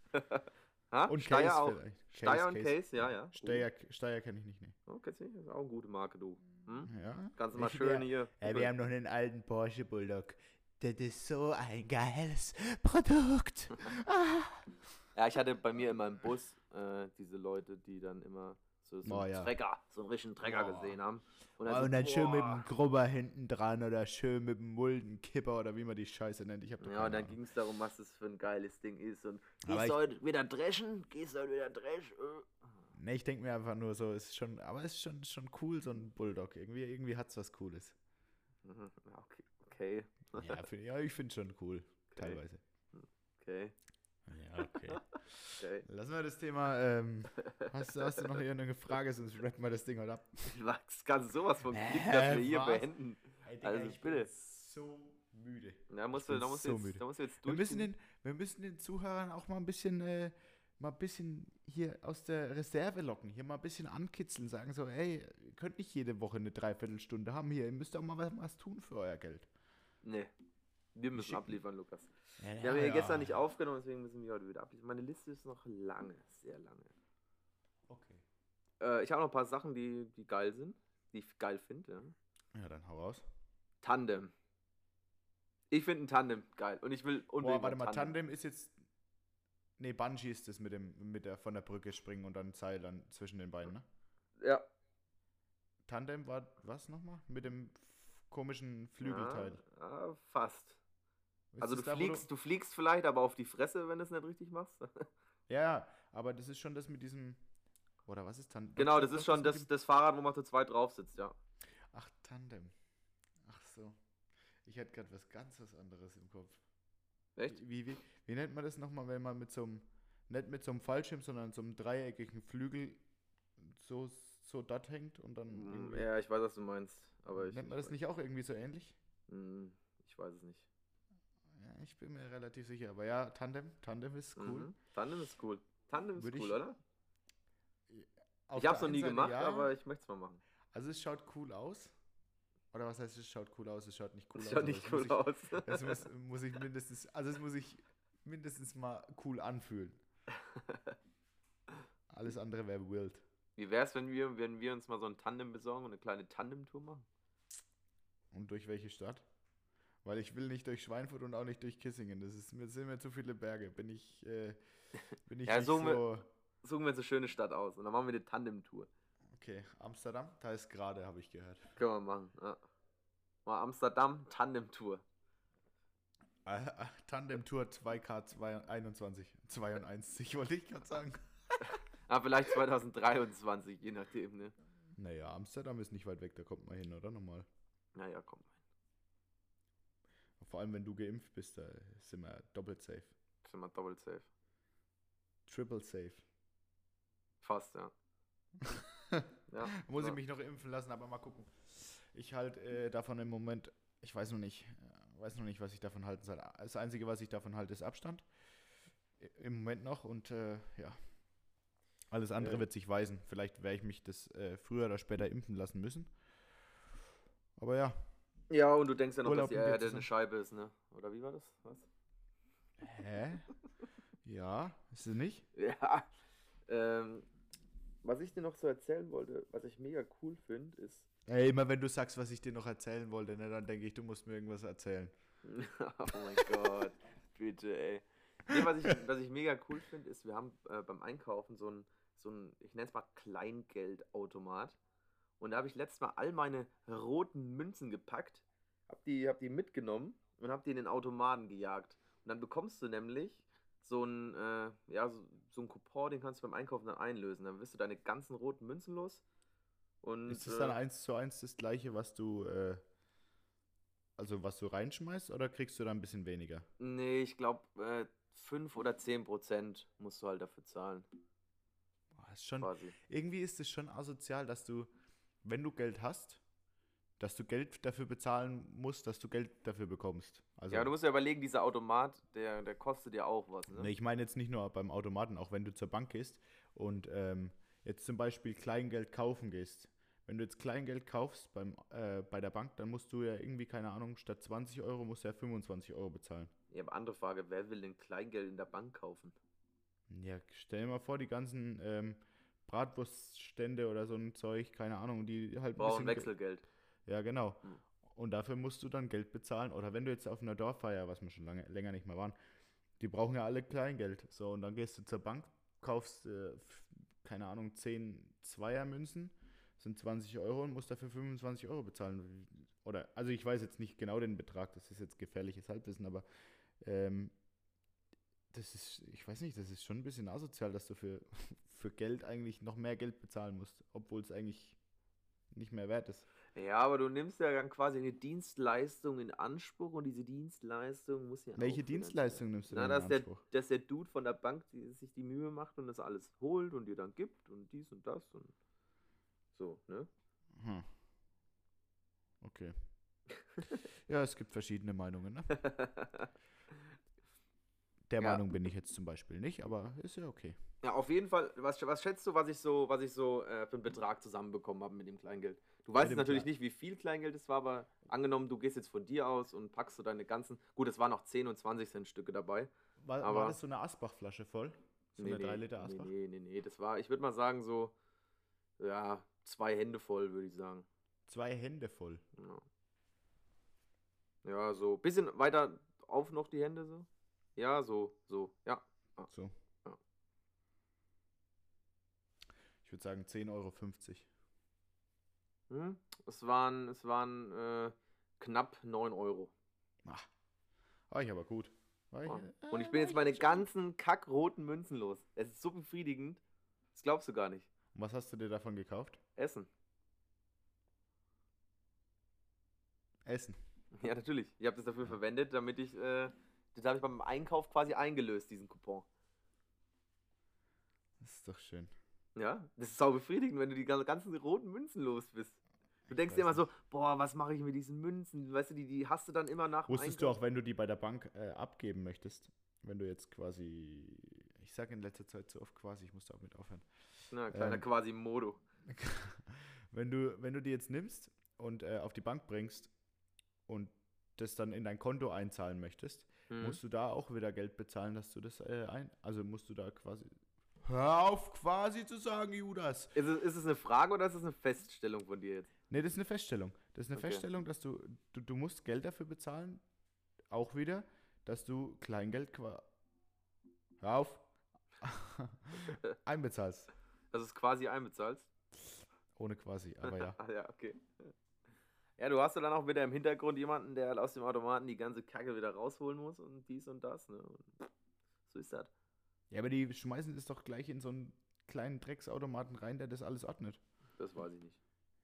Ha? Und Steyr Case auch. vielleicht. Steyr und Case, ja, ja. Steyr, Steyr kenne ich nicht, nee. Oh, kennst du nicht? Das ist auch eine gute Marke, du. Hm? Ja. Kannst du mal Ich- schön wir, hier. äh, wir haben noch einen alten Porsche Bulldog. Das ist so ein geiles Produkt. Ah. Ja, ich hatte bei mir immer im Bus äh, diese Leute, die dann immer so, so Oh, einen ja. Trecker, so einen richtigen Trecker Oh. gesehen haben. Und Und dann, dann, so, schön mit boah. dem Grubber hinten dran oder schön mit dem Muldenkipper oder wie man die Scheiße nennt. Ich hab da Ja, keine und dann Ahnung. ging es darum, was das für ein geiles Ding ist. Und Aber gehst ich- du heute wieder dreschen? Gehst du heute wieder dresch? Äh. Nee, ich denke mir einfach nur so, es ist schon, aber es ist schon, schon cool, so ein Bulldog. Irgendwie, irgendwie hat es was Cooles. Mhm, ja, okay, okay, Ja, find, ja ich finde es schon cool, teilweise. okay, Ja, okay. okay. Lassen wir das Thema, ähm, hast, hast du noch irgendeine Frage, sonst rappen wir das Ding heute ab. Das kannst du sowas von klicken, Hä, dass wir hier was? beenden. Ey, Also, ich bitte. bin so müde. Da musst, bin du, da, musst so du jetzt, müde. da musst du jetzt Wir müssen, durchziehen. den, wir müssen den Zuhörern auch mal ein bisschen, äh, mal ein bisschen hier aus der Reserve locken, hier mal ein bisschen ankitzeln, sagen so, hey, ihr könnt nicht jede Woche eine Dreiviertelstunde haben hier, ihr müsst auch mal was, was tun für euer Geld. Nee, wir müssen schicken- abliefern, Lukas. Ja, Wir haben ja gestern nicht aufgenommen, deswegen müssen wir heute wieder abliefern. Meine Liste ist noch lange, sehr lange. Okay. Äh, ich habe noch ein paar Sachen, die, die geil sind, die ich geil finde. Ja. Ja, dann hau raus. Tandem. Ich finde ein Tandem geil und ich will unbedingt Boah, warte ein mal, Tandem ist jetzt. Nee, Bungee ist das mit dem, mit der von der Brücke springen und dann Seil dann zwischen den Beinen, ne? Ja. Tandem war was nochmal? Mit dem f- komischen Flügelteil. Ja, ja, fast. Ist Also du das da, wo fliegst, du fliegst vielleicht, aber auf die Fresse, wenn du es nicht richtig machst. Ja, ja, aber das ist schon das mit diesem. Oder was ist Tandem? Genau, Was- das was ist schon mit das, dem- das Fahrrad, wo man zu zweit drauf sitzt, ja. Ach, Tandem. Ach so. Ich hätte gerade was ganz was anderes im Kopf. Echt? Wie, wie, wie nennt man das nochmal, wenn man mit so einem, nicht mit so einem Fallschirm, sondern so einem dreieckigen Flügel so, so dort hängt und dann. Mm, irgendwie- Ja, ich weiß, was du meinst. Aber ich, nennt man das nicht auch irgendwie so ähnlich? Mm, Ich weiß es nicht. Ja, ich bin mir relativ sicher. Aber ja, Tandem, Tandem ist cool. Mhm. Tandem ist cool. Tandem ist Würde cool, ich- oder? Auf Ich hab's der noch nie einen Seite gemacht, ja. aber ich möchte es mal machen. Also es schaut cool aus. Oder was heißt, es schaut cool aus? Es schaut nicht cool Das aus. schaut aber nicht es cool muss aus. Ich, es muss, muss ich mindestens, also es muss ich mindestens mal cool anfühlen. Alles andere wäre wild. Wie wär's, wenn wir, wenn wir uns mal so ein Tandem besorgen und eine kleine Tandem-Tour machen? Und durch welche Stadt? Weil ich will nicht durch Schweinfurt und auch nicht durch Kissingen. Das ist mir, sind mir zu viele Berge. Bin ich, äh, bin ich Ja, nicht so so. wir- Suchen wir uns eine schöne Stadt aus und dann machen wir eine Tandem-Tour. Okay, Amsterdam, da ist gerade, habe ich gehört. Können wir machen. Ja. Mal Amsterdam, Tandem-Tour. Äh, äh, Tandem-Tour zwei K einundzwanzig. zweiundeinzig wollte ich gerade sagen. Ah, vielleicht zwanzig dreiundzwanzig, je nachdem, ne? Naja, Amsterdam ist nicht weit weg, da kommt man hin, oder? Nochmal. Naja, komm. Vor allem, wenn du geimpft bist, da sind wir doppelt safe. Sind wir doppelt safe. Triple safe. Fast, ja. ja Muss ja. ich mich noch impfen lassen, aber mal gucken. Ich halte äh, davon im Moment, ich weiß noch nicht, äh, weiß noch nicht, was ich davon halten soll. Das Einzige, was ich davon halte, ist Abstand. I- Im Moment noch und äh, ja. Alles andere Ja. wird sich weisen. Vielleicht werde ich mich das äh, früher oder später impfen lassen müssen. Aber ja. Ja, und du denkst ja noch, Urlaub dass die mit dir Erde eine zusammen. Scheibe ist, ne? Oder wie war das? Was? Hä? Ja, ist es nicht? Ja. Ähm, was ich dir noch so erzählen wollte, was ich mega cool finde, ist. Ey, immer wenn du sagst, was ich dir noch erzählen wollte, ne, dann denke ich, du musst mir irgendwas erzählen. oh mein Gott, bitte, ey. Nee, was ich, was ich mega cool finde, ist, wir haben äh, beim Einkaufen so ein, so ein, ich nenne es mal Kleingeldautomat. Und da habe ich letztes Mal all meine roten Münzen gepackt, hab die, hab die mitgenommen und hab die in den Automaten gejagt. Und dann bekommst du nämlich so ein, äh, ja, so, so ein Coupon, den kannst du beim Einkaufen dann einlösen. Dann wirst du deine ganzen roten Münzen los. Und, Ist es dann äh, eins zu eins das gleiche, was du, äh, also was du reinschmeißt, oder kriegst du da ein bisschen weniger? nee, ich glaube, äh, fünf oder zehn Prozent musst du halt dafür zahlen, Boah, ist schon, quasi. irgendwie ist es schon asozial, dass du, wenn du Geld hast, dass du Geld dafür bezahlen musst, dass du Geld dafür bekommst. Also, Ja, du musst ja überlegen, dieser Automat, der, der kostet ja auch was, ne, ne? ich meine jetzt nicht nur beim Automaten, auch wenn du zur Bank gehst und ähm, jetzt zum Beispiel Kleingeld kaufen gehst. Wenn du jetzt Kleingeld kaufst beim, äh, bei der Bank, dann musst du ja irgendwie, keine Ahnung, statt zwanzig Euro musst du ja fünfundzwanzig Euro bezahlen. Ja, aber andere Frage, wer will denn Kleingeld in der Bank kaufen? Ja, stell dir mal vor, die ganzen ähm, Bratwurststände oder so ein Zeug, keine Ahnung, die halt ein Brauchen bisschen. Ge- Wechselgeld. Ja, genau. Hm. Und dafür musst du dann Geld bezahlen. Oder wenn du jetzt auf einer Dorffeier, was wir schon lange, länger nicht mehr waren, die brauchen ja alle Kleingeld. So, und dann gehst du zur Bank, kaufst, äh, f- keine Ahnung, zehn Zweiermünzen, sind zwanzig Euro und musst dafür fünfundzwanzig Euro bezahlen. Oder, also ich weiß jetzt nicht genau den Betrag, das ist jetzt gefährliches Halbwissen, aber ähm, das ist, ich weiß nicht, das ist schon ein bisschen asozial, dass du für, für Geld eigentlich noch mehr Geld bezahlen musst, obwohl es eigentlich nicht mehr wert ist. Ja, aber du nimmst ja dann quasi eine Dienstleistung in Anspruch und diese Dienstleistung muss ja auch Welche finanziert Dienstleistung nimmst du Na, denn in dass der, Anspruch? dass der Dude von der Bank die, sich die Mühe macht und das alles holt und dir dann gibt und dies und das und so, ne? Hm, okay. Ja, es gibt verschiedene Meinungen, ne? Der Ja. Meinung bin ich jetzt zum Beispiel nicht, aber ist ja okay. Ja, auf jeden Fall, was, was schätzt du, was ich so, was ich so äh, für einen Betrag zusammenbekommen habe mit dem Kleingeld? Du weißt dem natürlich Kle- nicht, wie viel Kleingeld es war, aber angenommen, du gehst jetzt von dir aus und packst so deine ganzen, gut, es waren noch zehn und zwanzig Cent Stücke dabei, War, war aber das so eine Asbach-Flasche voll? So nee, eine nee, drei Liter nee, Asbach? nee, nee, nee, das war, ich würde mal sagen, so, ja, zwei Hände voll, würde ich sagen. Zwei Hände voll. Ja, ja, so, bisschen weiter auf noch die Hände so. Ja, so, so, ja. ja. So. Ja. Ich würde sagen zehn Euro fünfzig. Hm? Es waren, es waren äh, knapp neun Euro. Ah, war ich aber gut. War ich, Ja. äh, Und ich war bin jetzt meine schon- ganzen kackroten Münzen los. Es ist so befriedigend. Das glaubst du gar nicht. Und was hast du dir davon gekauft? Essen. Essen. Ja, natürlich. Ich habe das dafür verwendet, damit ich, äh, das habe ich beim Einkauf quasi eingelöst, diesen Coupon. Das ist doch schön. Ja, das ist sau befriedigend, wenn du die gan- ganzen roten Münzen los bist. Du denkst dir immer weiß so, boah, was mache ich mit diesen Münzen? Weißt du, die, die hast du dann immer nach dem Wusstest du Einkauf. auch, wenn du die bei der Bank äh, abgeben möchtest, wenn du jetzt quasi, ich sage in letzter Zeit so oft quasi, ich muss da auch mit aufhören, Na, kleiner ähm, quasi Modo. wenn du, wenn du die jetzt nimmst und äh, auf die Bank bringst und das dann in dein Konto einzahlen möchtest, Hm. musst du da auch wieder Geld bezahlen, dass du das äh, ein, also musst du da quasi, hör auf quasi zu sagen, Judas. Ist es, ist es eine Frage oder ist es eine Feststellung von dir jetzt? Nee, das ist eine Feststellung. Das ist eine Okay. Feststellung, dass du, du, du musst Geld dafür bezahlen, auch wieder, dass du Kleingeld qua hör auf, einbezahlst. Dass du es quasi einbezahlst? Ohne quasi, aber ja. Ah, ja, okay. Ja, du hast ja dann auch wieder im Hintergrund jemanden, der aus dem Automaten die ganze Kacke wieder rausholen muss und dies und das, ne? Und so ist das. Ja, aber die schmeißen es doch gleich in so einen kleinen Drecksautomaten rein, der das alles ordnet. Das weiß ich nicht.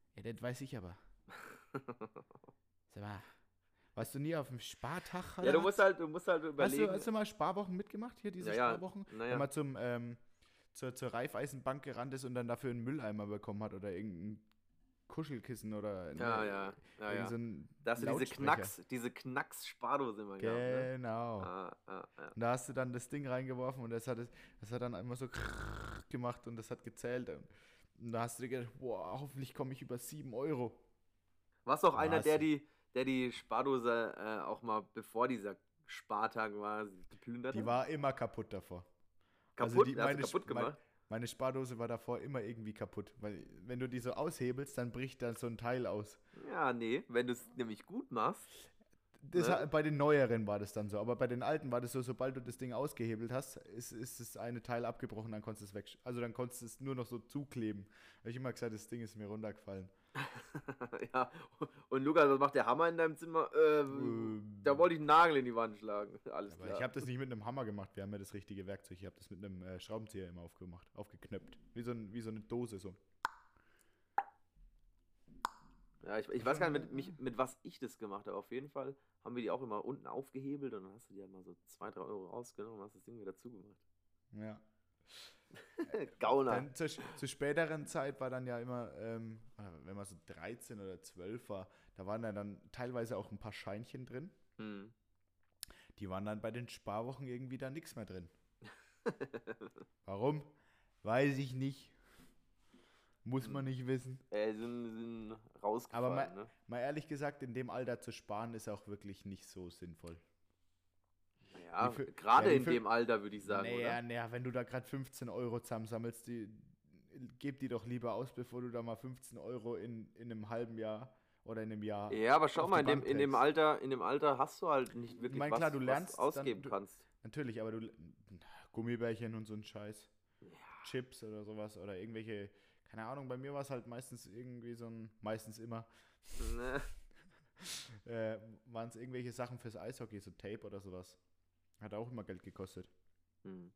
Ja, das weiß ich aber. Sag mal, warst du nie auf dem Spartag? Ja, du musst halt, du musst halt Hast überlegen. du, hast du mal Sparwochen mitgemacht, hier diese Ja, ja, Sparwochen? naja. Wenn man zum, ähm, zur, zur Raiffeisenbank gerannt ist und dann dafür einen Mülleimer bekommen hat oder irgendein Kuschelkissen oder Ja, ne, ja, ja, irgend ja. so ein Da hast du diese Lautsprecher. Knacks, diese Knacks-Spardose immer gehabt, ne? Genau. Ah, ah, ja. Und da hast du dann das Ding reingeworfen und das hat, es- das hat dann immer so gemacht und das hat gezählt. Und da hast du dir gedacht, boah, hoffentlich komme ich über sieben Euro. Warst du auch einer, Was? der die, der die Spardose äh, auch mal bevor dieser Spartag war, geplündert Die hat? war immer kaputt davor. Kaputt? Also die, Hast du meine, kaputt Sp- mein, gemacht? meine Spardose war davor immer irgendwie kaputt. Weil wenn du die so aushebelst, dann bricht dann so ein Teil aus. Ja, nee, wenn du es nämlich gut machst. Das Ne? hat, bei den neueren war das dann so, aber bei den alten war das so, sobald du das Ding ausgehebelt hast, ist, ist das eine Teil abgebrochen, dann konntest du es weg, also dann konntest du es nur noch so zukleben. Habe ich immer gesagt, das Ding ist mir runtergefallen. Ja, und Lukas, was macht der Hammer in deinem Zimmer? Äh, Ähm, da wollte ich einen Nagel in die Wand schlagen. Alles Aber klar. ich habe das nicht mit einem Hammer gemacht, wir haben ja das richtige Werkzeug, ich habe das mit einem äh, Schraubenzieher immer aufgemacht, aufgeknöpft, wie so, ein, wie so eine Dose so. Ja, ich, ich weiß gar nicht, mit, mich, mit was ich das gemacht habe. Auf jeden Fall haben wir die auch immer unten aufgehebelt und dann hast du die halt mal so zwei, drei Euro rausgenommen und hast das Ding wieder zugemacht. Ja. Gauner. Dann zur, zur späteren Zeit war dann ja immer, ähm, wenn man so dreizehn oder zwölf war, da waren ja dann teilweise auch ein paar Scheinchen drin. Hm. Die waren dann bei den Sparwochen irgendwie da nichts mehr drin. Warum? Weiß ich nicht. Muss man nicht wissen. Äh, sind, sind Aber rausgefallen, mal, ne? mal ehrlich gesagt, in dem Alter zu sparen ist auch wirklich nicht so sinnvoll. Ja, wie viel- gerade ja, wie in viel- dem Alter würde ich sagen, naja, oder? naja, wenn du da gerade fünfzehn Euro zusammensammelst, die, gib die doch lieber aus, bevor du da mal fünfzehn Euro in, in einem halben Jahr oder in einem Jahr. Ja, aber schau auf mal, die in dem, Bank in dem trägst. Alter, in dem Alter hast du halt nicht wirklich mein, was, klar, du lernst was du ausgeben dann, du, kannst. Natürlich, aber du Gummibärchen und so ein Scheiß. Ja. Chips oder sowas oder irgendwelche, keine Ahnung, bei mir war es halt meistens irgendwie so ein, meistens immer, Ne? äh, waren es irgendwelche Sachen fürs Eishockey, so Tape oder sowas. Hat auch immer Geld gekostet. Hm.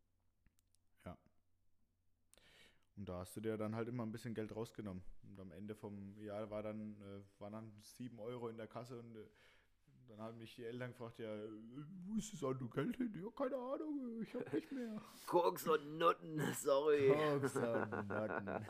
Und da hast du dir dann halt immer ein bisschen Geld rausgenommen. Und am Ende vom Jahr war dann, äh, waren dann sieben Euro in der Kasse und äh, dann haben mich die Eltern gefragt, ja, äh, wo ist das an Geld hin? Ja, keine Ahnung, ich hab nicht mehr. Koks und Nutten, sorry. Koks und Nutten.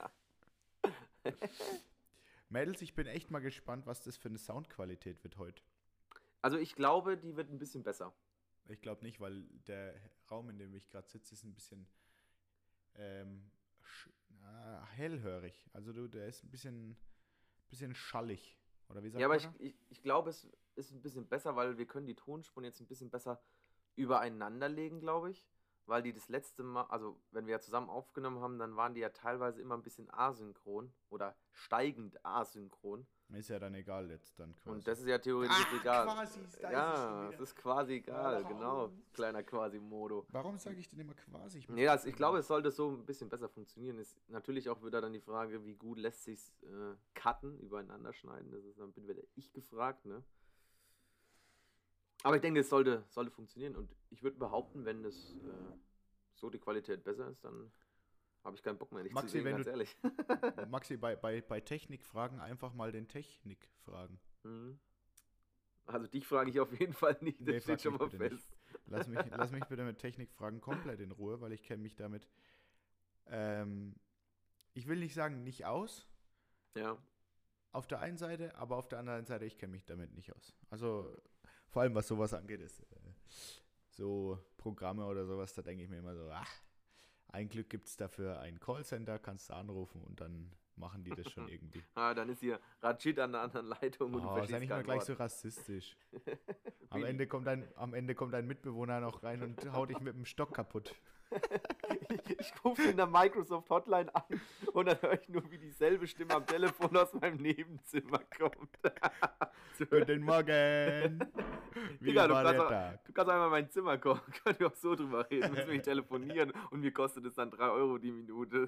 Mädels, ich bin echt mal gespannt, was das für eine Soundqualität wird heute. Also ich glaube, die wird ein bisschen besser. Ich glaube nicht, weil der Raum, in dem ich gerade sitze, ist ein bisschen ähm, sch- na, hellhörig. Also du, der ist ein bisschen, bisschen schallig. Oder wie sagt Ja, aber man ich, da? ich, ich glaube, es ist ein bisschen besser, weil wir können die Tonspuren jetzt ein bisschen besser übereinander legen, glaube ich. Weil die das letzte Mal, also wenn wir ja zusammen aufgenommen haben, dann waren die ja teilweise immer ein bisschen asynchron oder steigend asynchron. Ist ja dann egal jetzt dann quasi. Und das ist ja theoretisch Ah, egal. quasi, da ist es schon Ja, wieder. es ist quasi egal, Wow. genau. Kleiner Quasimodo. Warum sage ich denn immer quasi? Ich muss Nee, das also ich glaube, es sollte so ein bisschen besser funktionieren. Ist natürlich auch wieder dann die Frage, wie gut lässt sich äh, cutten, übereinander schneiden. Das ist dann bin wieder ich gefragt, ne? Aber ich denke, es sollte, sollte funktionieren. Und ich würde behaupten, wenn das äh, so die Qualität besser ist, dann habe ich keinen Bock mehr, dich Maxi, zu sehen, wenn ganz du- ehrlich. Maxi, bei, bei, bei Technikfragen einfach mal den Technikfragen. Mhm. Also dich frage ich auf jeden Fall nicht, das Nee, steht frag schon mich mal bitte nicht. fest. Lass mich, lass mich bitte mit Technikfragen komplett in Ruhe, weil ich kenne mich damit, ähm, ich will nicht sagen, nicht aus, Ja. auf der einen Seite, aber auf der anderen Seite, ich kenne mich damit nicht aus. Also vor allem, was sowas angeht, ist äh, so Programme oder sowas, da denke ich mir immer so, ach, ein Glück gibt es dafür ein Callcenter, kannst du anrufen und dann machen die das schon irgendwie. Ah, dann ist hier Rajit an der anderen Leitung und du Oh, sei verstehst nicht kein mal gleich Wort. so rassistisch. Am Bin Ende, kommt dein, am Ende kommt dein Mitbewohner noch rein und haut dich mit dem Stock kaputt. ich ich rufe in der Microsoft Hotline an und dann höre ich nur, wie dieselbe Stimme am Telefon aus meinem Nebenzimmer kommt. So, Guten Morgen! Wie Digga, du war kannst, der auch, Tag? du kannst einmal in mein Zimmer kommen, können wir auch so drüber reden, müssen wir nicht telefonieren und mir kostet es dann drei Euro die Minute.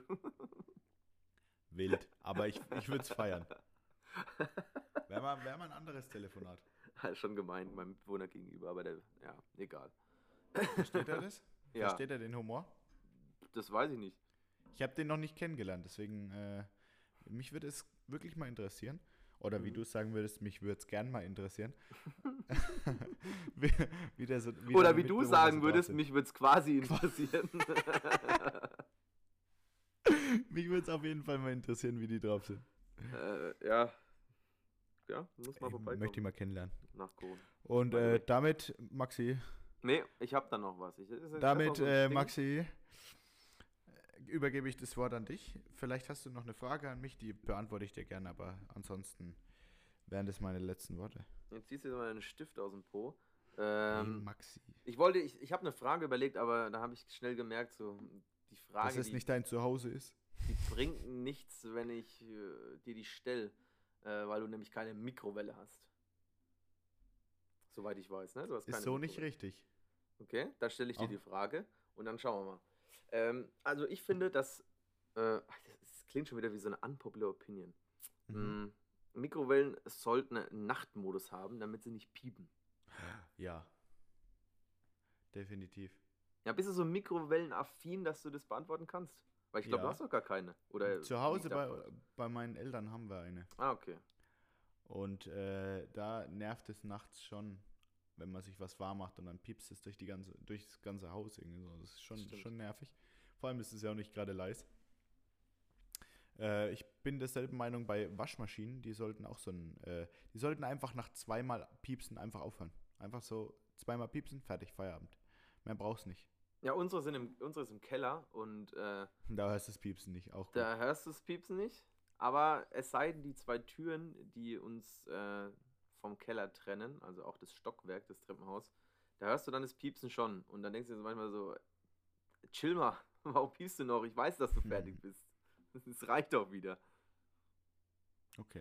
Wild, aber ich, ich würde es feiern. Wäre mal, wär mal ein anderes Telefonat. Das ist schon gemein meinem Mitbewohner gegenüber, aber der, ja, egal. Versteht er das? Ja. Versteht er den Humor? Das weiß ich nicht. Ich habe den noch nicht kennengelernt, deswegen, äh, mich würde es wirklich mal interessieren. Oder wie Mhm. du sagen würdest, mich würde es gern mal interessieren. wie, wie der so, wie Oder deine wie du Mitbewohner sagen so drauf würdest, sind. mich würde es quasi interessieren. Mich würde es auf jeden Fall mal interessieren, wie die drauf sind. äh, ja, ja, muss mal Ich möchte vorbeikommen. die mal kennenlernen. Nach Corona. Und By the äh, way. damit, Maxi, Nee, ich hab da noch was. Ich, das ist erst damit, mal so ein äh, Ding. Maxi, äh, übergebe ich das Wort an dich. Vielleicht hast du noch eine Frage an mich, die beantworte ich dir gerne, aber ansonsten wären das meine letzten Worte. Jetzt ziehst du dir mal einen Stift aus dem Po. Hey, Ähm, Maxi, ich wollte, ich, ich habe eine Frage überlegt, aber da habe ich schnell gemerkt, so die Frage, dass es die, nicht dein Zuhause ist. die bringt nichts, wenn ich äh, dir die stelle, äh, weil du nämlich keine Mikrowelle hast. Soweit ich weiß, ne? Du hast keine Ist so nicht Mikrowelle. richtig. Okay, dann stelle ich dir Auch- die Frage und dann schauen wir mal. Ähm, also ich finde, dass äh, ach, das, das klingt schon wieder wie so eine unpopular Opinion. Mhm. Mm, Mikrowellen sollten einen Nachtmodus haben, damit sie nicht piepen. Ja. Definitiv. Ja, bist du so mikrowellenaffin, dass du das beantworten kannst? Weil ich glaube, du Ja. hast doch gar keine. Oder Zu liege Hause ich da bei, falsch? bei meinen Eltern haben wir eine. Ah, okay. Und äh, da nervt es nachts schon, wenn man sich was warm macht und dann piepst es durch die ganze, durchs ganze Haus irgendwie so. Das ist schon, Stimmt. schon nervig. Vor allem ist es ja auch nicht gerade leise. Äh, ich bin derselben Meinung bei Waschmaschinen, die sollten auch so ein, äh, die sollten einfach nach zweimal piepsen einfach aufhören. Einfach so zweimal piepsen, fertig, Feierabend. Mehr brauchst nicht. Ja, unsere, sind im, unsere ist im Keller und äh, Da hörst du das Piepsen nicht, auch gut. da hörst du das Piepsen nicht. Aber es sei denn, die zwei Türen, die uns äh, vom Keller trennen, also auch das Stockwerk, das Treppenhaus, da hörst du dann das Piepsen schon. Und dann denkst du dir so manchmal so, chill mal, warum piepst du noch? Ich weiß, dass du Hm. fertig bist. Es reicht doch wieder. Okay.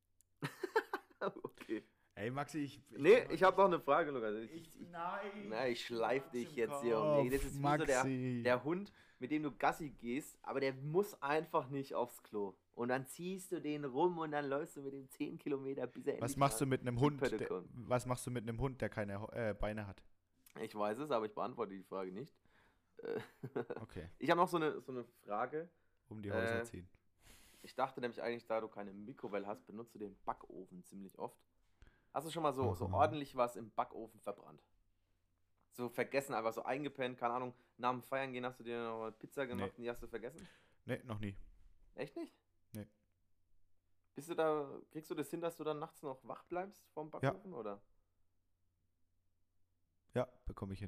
Okay. Ey, Maxi, ich. ich Nee, ich habe noch eine Frage, Lukas. Ich, Ich, ich, nein. na, ich schleif hab's dich im jetzt hier um. Ey, das Kopf, ist wie so der, Maxi. der Hund, mit dem du Gassi gehst, aber der muss einfach nicht aufs Klo. Und dann ziehst du den rum und dann läufst du mit dem zehn Kilometer, bis er Was endlich machst du mal mit einem in Hund? Pötte Der, kommt. was machst du mit einem Hund, der keine Ho- äh, Beine hat? Ich weiß es, aber ich beantworte die Frage nicht. Äh, Okay, Ich habe noch so eine, so eine Frage. um die Häuser Äh, ziehen. Ich dachte nämlich eigentlich, da du keine Mikrowelle hast, benutzt du den Backofen ziemlich oft. Hast du schon mal so, so Mhm. ordentlich was im Backofen verbrannt? So vergessen, einfach so eingepennt, keine Ahnung, nach dem Feiern gehen hast du dir noch eine Pizza gemacht Nee. und die hast du vergessen? Nee, noch nie. Echt nicht? Nee. Bist du da, kriegst du das hin, dass du dann nachts noch wach bleibst vorm Backofen, oder? Ja, bekomme ich hin.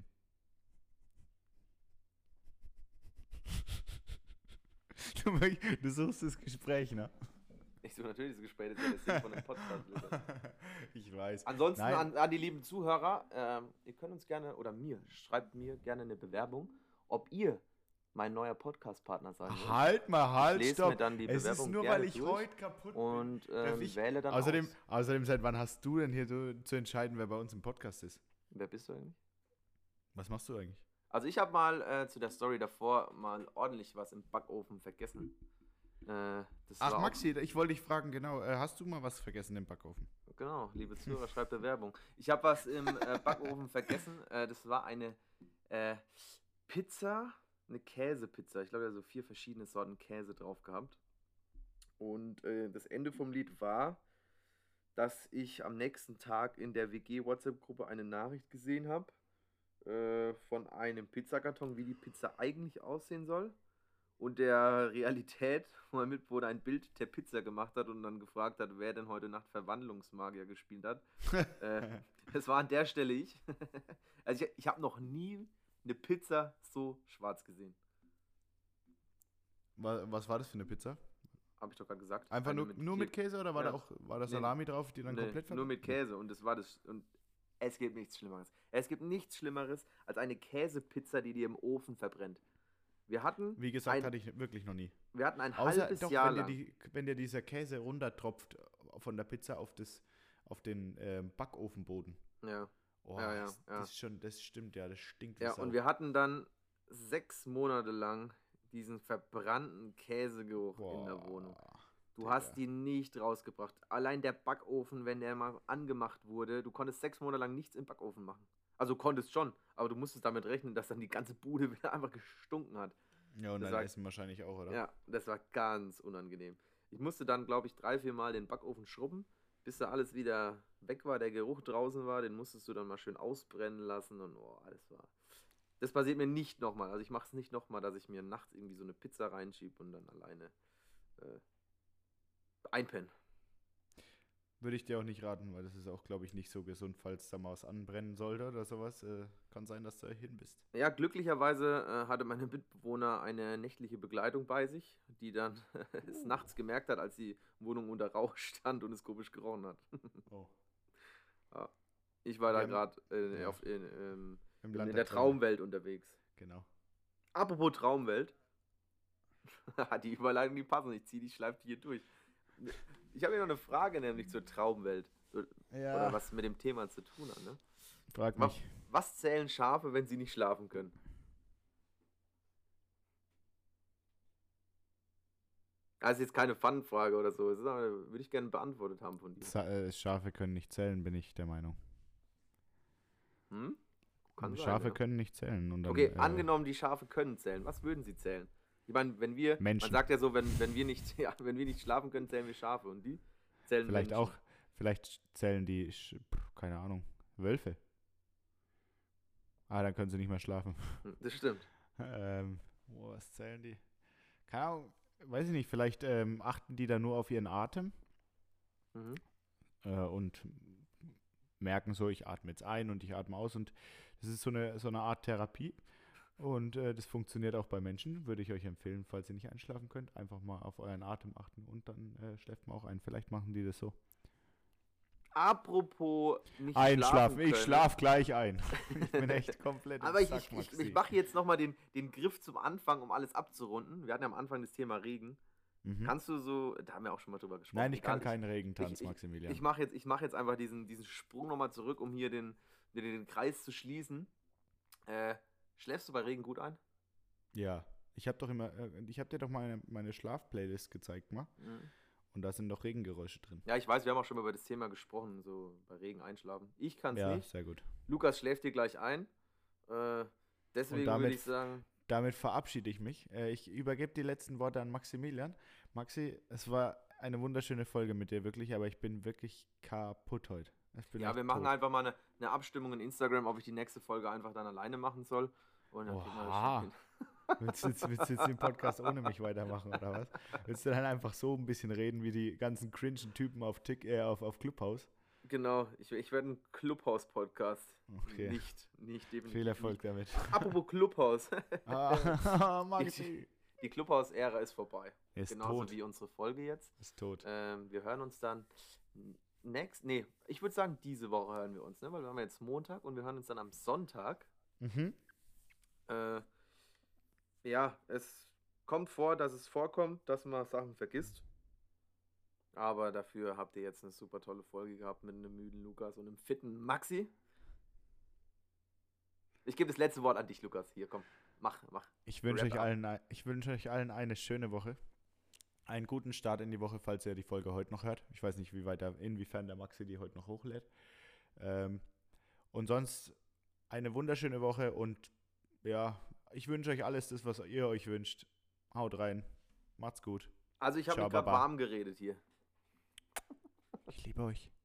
Du, möcht- du suchst das Gespräch, ne? Ich suche natürlich das Gespräch, das ist ja der Sinn von einem Podcast. Lukas. Ich weiß. Ansonsten Nein. an, an die lieben Zuhörer, ähm, ihr könnt uns gerne, oder mir, schreibt mir gerne eine Bewerbung, ob ihr mein neuer Podcast-Partner sein wollt. Halt mal, halt, lese stopp. mir dann die Es ist Bewerbung nur, gerne weil ich durch heute kaputt bin. Und Darf ähm, ich- wähle dann Außerdem, aus. außerdem, seit wann hast du denn hier so zu entscheiden, wer bei uns im Podcast ist? Wer bist du eigentlich? Was machst du eigentlich? Also ich habe mal äh, zu der Story davor mal ordentlich was im Backofen vergessen. Äh, das Ach, war auch- Maxi, ich wollte dich fragen, genau, äh, hast du mal was vergessen im Backofen? Genau, liebe Zuhörer, schreibt Bewerbung. Ich habe was im äh, Backofen vergessen. Äh, das war eine äh, Pizza, eine Käsepizza. Ich glaube, da so vier verschiedene Sorten Käse drauf gehabt. Und äh, das Ende vom Lied war, dass ich am nächsten Tag in der W G-WhatsApp-Gruppe eine Nachricht gesehen habe äh, von einem Pizzakarton, wie die Pizza eigentlich aussehen soll. Und der Realität, wo mein Mitbewohner ein Bild der Pizza gemacht hat und dann gefragt hat, wer denn heute Nacht Verwandlungsmagier gespielt hat. äh, das war an der Stelle ich. Also ich, ich habe noch nie eine Pizza so schwarz gesehen. Wa- Was war das für eine Pizza? Habe ich doch gerade gesagt. Einfach Eine nur, nur vier- mit Käse oder war Ja. da auch war da Nee. Salami drauf, die dann Nee, komplett nur mit verbrannt? Käse und das war das. Und es gibt nichts Schlimmeres. Es gibt nichts Schlimmeres als eine Käsepizza, die dir im Ofen verbrennt. Wir hatten Wie gesagt, ein, hatte ich wirklich noch nie. wir hatten ein Außer halbes doch, Jahr wenn dir, lang. die, wenn dir dieser Käse runtertropft von der Pizza auf, das, auf den ähm, Backofenboden. Ja. Oh, Ja, ja, das, ja. das, ist schon, das stimmt, ja, das stinkt wie Ja, Sau. und wir hatten dann sechs Monate lang diesen verbrannten Käsegeruch in der Boah, Wohnung. Du Digga. hast die nicht rausgebracht. Allein der Backofen, wenn der mal angemacht wurde, du konntest sechs Monate lang nichts im Backofen machen. Also konntest schon, aber du musstest damit rechnen, dass dann die ganze Bude wieder einfach gestunken hat. Ja, und das dein war- Essen wahrscheinlich auch, oder? Ja, das war ganz unangenehm. Ich musste dann, glaube ich, drei, vier Mal den Backofen schrubben, bis da alles wieder weg war, der Geruch draußen war. Den musstest du dann mal schön ausbrennen lassen und oh, alles war. Das passiert mir nicht nochmal. Also ich mache es nicht nochmal, dass ich mir nachts irgendwie so eine Pizza reinschiebe und dann alleine äh, einpenne. Würde ich dir auch nicht raten, weil das ist auch, glaube ich, nicht so gesund, falls da mal was anbrennen sollte oder sowas. Äh, kann sein, dass du hin bist. Ja, glücklicherweise äh, hatte meine Mitbewohner eine nächtliche Begleitung bei sich, die dann es nachts gemerkt hat, als die Wohnung unter Rauch stand und es komisch gerochen hat. Oh. Ja. Ich war Wir da haben- gerade äh, ja. auf- in, ähm, Im in, Land in der Träume. Traumwelt unterwegs. Genau. Apropos Traumwelt. Die Überleitung, die passen. Ich ziehe die Schleife hier durch. Ich habe hier noch eine Frage, nämlich zur Traumwelt. So, Ja, Oder was mit dem Thema zu tun hat. Ne? frag Was, mich. was zählen Schafe, wenn sie nicht schlafen können? Also jetzt keine Fun-Frage oder so. Das ist aber, würde ich gerne beantwortet haben von dir. Sa äh, Schafe können nicht zählen, bin ich der Meinung. Hm? Kann sein, Schafe ja. können nicht zählen. Und dann, Okay, äh, angenommen, die Schafe können zählen. Was würden sie zählen? Ich meine, wenn wir, Menschen. man sagt ja so, wenn, wenn wir nicht, ja, wenn wir nicht schlafen können, zählen wir Schafe und die zählen Vielleicht Menschen. auch, vielleicht zählen die, Sch pff, keine Ahnung, Wölfe. Ah, dann können sie nicht mehr schlafen. Hm, Das stimmt. ähm, oh, was zählen die? Keine Ahnung, weiß ich nicht, vielleicht ähm, achten die da nur auf ihren Atem Mhm. äh, und merken so, ich atme jetzt ein und ich atme aus und das ist so eine, so eine Art Therapie und äh, das funktioniert auch bei Menschen, würde ich euch empfehlen, falls ihr nicht einschlafen könnt, einfach mal auf euren Atem achten und dann äh, schläft man auch ein. Vielleicht machen die das so. Apropos nicht Einschlafen, schlafen ich können. schlaf gleich ein. Ich bin echt komplett im Aber ich, Sack, ich, ich, Maxi. ich mache jetzt nochmal den, den Griff zum Anfang, um alles abzurunden. Wir hatten ja am Anfang das Thema Regen. Mhm. Kannst du so, da haben wir auch schon mal drüber gesprochen. Nein, ich kann Egal, keinen Regentanz, ich- ich- Maximilian. Ich mache jetzt, ich mach jetzt einfach diesen, diesen Sprung nochmal zurück, um hier den, den, den Kreis zu schließen. Äh, schläfst du bei Regen gut ein? Ja, ich habe doch immer, äh, ich habe dir doch meine, meine Schlaf-Playlist gezeigt, mal. Mhm. Und da sind doch Regengeräusche drin. Ja, ich weiß, wir haben auch schon mal über das Thema gesprochen, so bei Regen einschlafen. Ich kann es Ja, nicht. sehr gut. Lukas schläft dir gleich ein. Äh, deswegen damit würde ich sagen, Damit verabschiede ich mich. Äh, ich übergebe die letzten Worte an Maximilian. Maxi, es war eine wunderschöne Folge mit dir, wirklich, aber ich bin wirklich kaputt heute. Ich bin ja, echt wir machen tot. einfach mal eine, eine Abstimmung in Instagram, ob ich die nächste Folge einfach dann alleine machen soll. Und dann kriegen wir das Oha. schon hin. Willst du, jetzt, willst du jetzt den Podcast ohne mich weitermachen, oder was? Willst du dann einfach so ein bisschen reden wie die ganzen cringen Typen auf, Tick, äh, auf, auf Clubhouse? Genau, ich, ich werde einen Clubhouse-Podcast. Okay. Nicht, nicht definitiv. Viel Erfolg damit. Nicht. Apropos Clubhouse. Ah, Maxi. Die Clubhouse-Ära ist vorbei. Ist Genauso tot. wie unsere Folge jetzt. Ist tot. Ähm, wir hören uns dann next, nee, ich würde sagen, diese Woche hören wir uns, ne? Weil wir haben jetzt Montag und wir hören uns dann am Sonntag. Mhm. Äh, ja, es kommt vor, dass es vorkommt, dass man Sachen vergisst. Aber dafür habt ihr jetzt eine super tolle Folge gehabt mit einem müden Lukas und einem fitten Maxi. Ich gebe das letzte Wort an dich, Lukas. Hier, komm, mach, mach. Ich wünsche Wrap euch up. allen, ein- ich wünsche euch allen eine schöne Woche. Einen guten Start in die Woche, falls ihr die Folge heute noch hört. Ich weiß nicht, wie weit der, inwiefern der Maxi die heute noch hochlädt. Ähm, und sonst eine wunderschöne Woche und ja, ich wünsche euch alles das, was ihr euch wünscht. Haut rein. Macht's gut. Also ich habe Ciao, mich gerade Baba. warm geredet hier. Ich liebe euch.